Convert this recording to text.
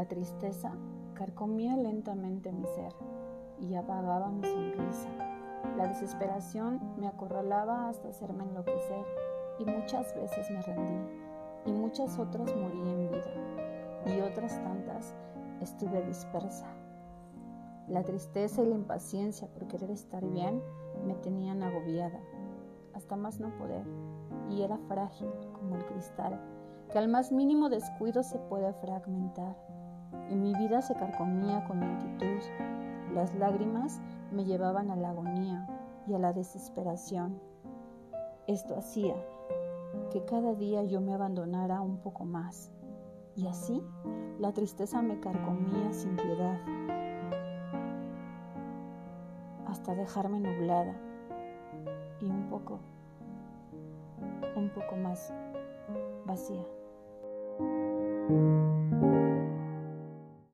La tristeza carcomía lentamente mi ser y apagaba mi sonrisa. La desesperación me acorralaba hasta hacerme enloquecer y muchas veces me rendí y muchas otras morí en vida y otras tantas estuve dispersa. La tristeza y la impaciencia por querer estar bien me tenían agobiada hasta más no poder y era frágil como el cristal que al más mínimo descuido se puede fragmentar y mi vida se carcomía con lentitud. Las lágrimas me llevaban a la agonía y a la desesperación. Esto hacía que cada día yo me abandonara un poco más y así la tristeza me carcomía sin piedad hasta dejarme nublada y un poco más vacía.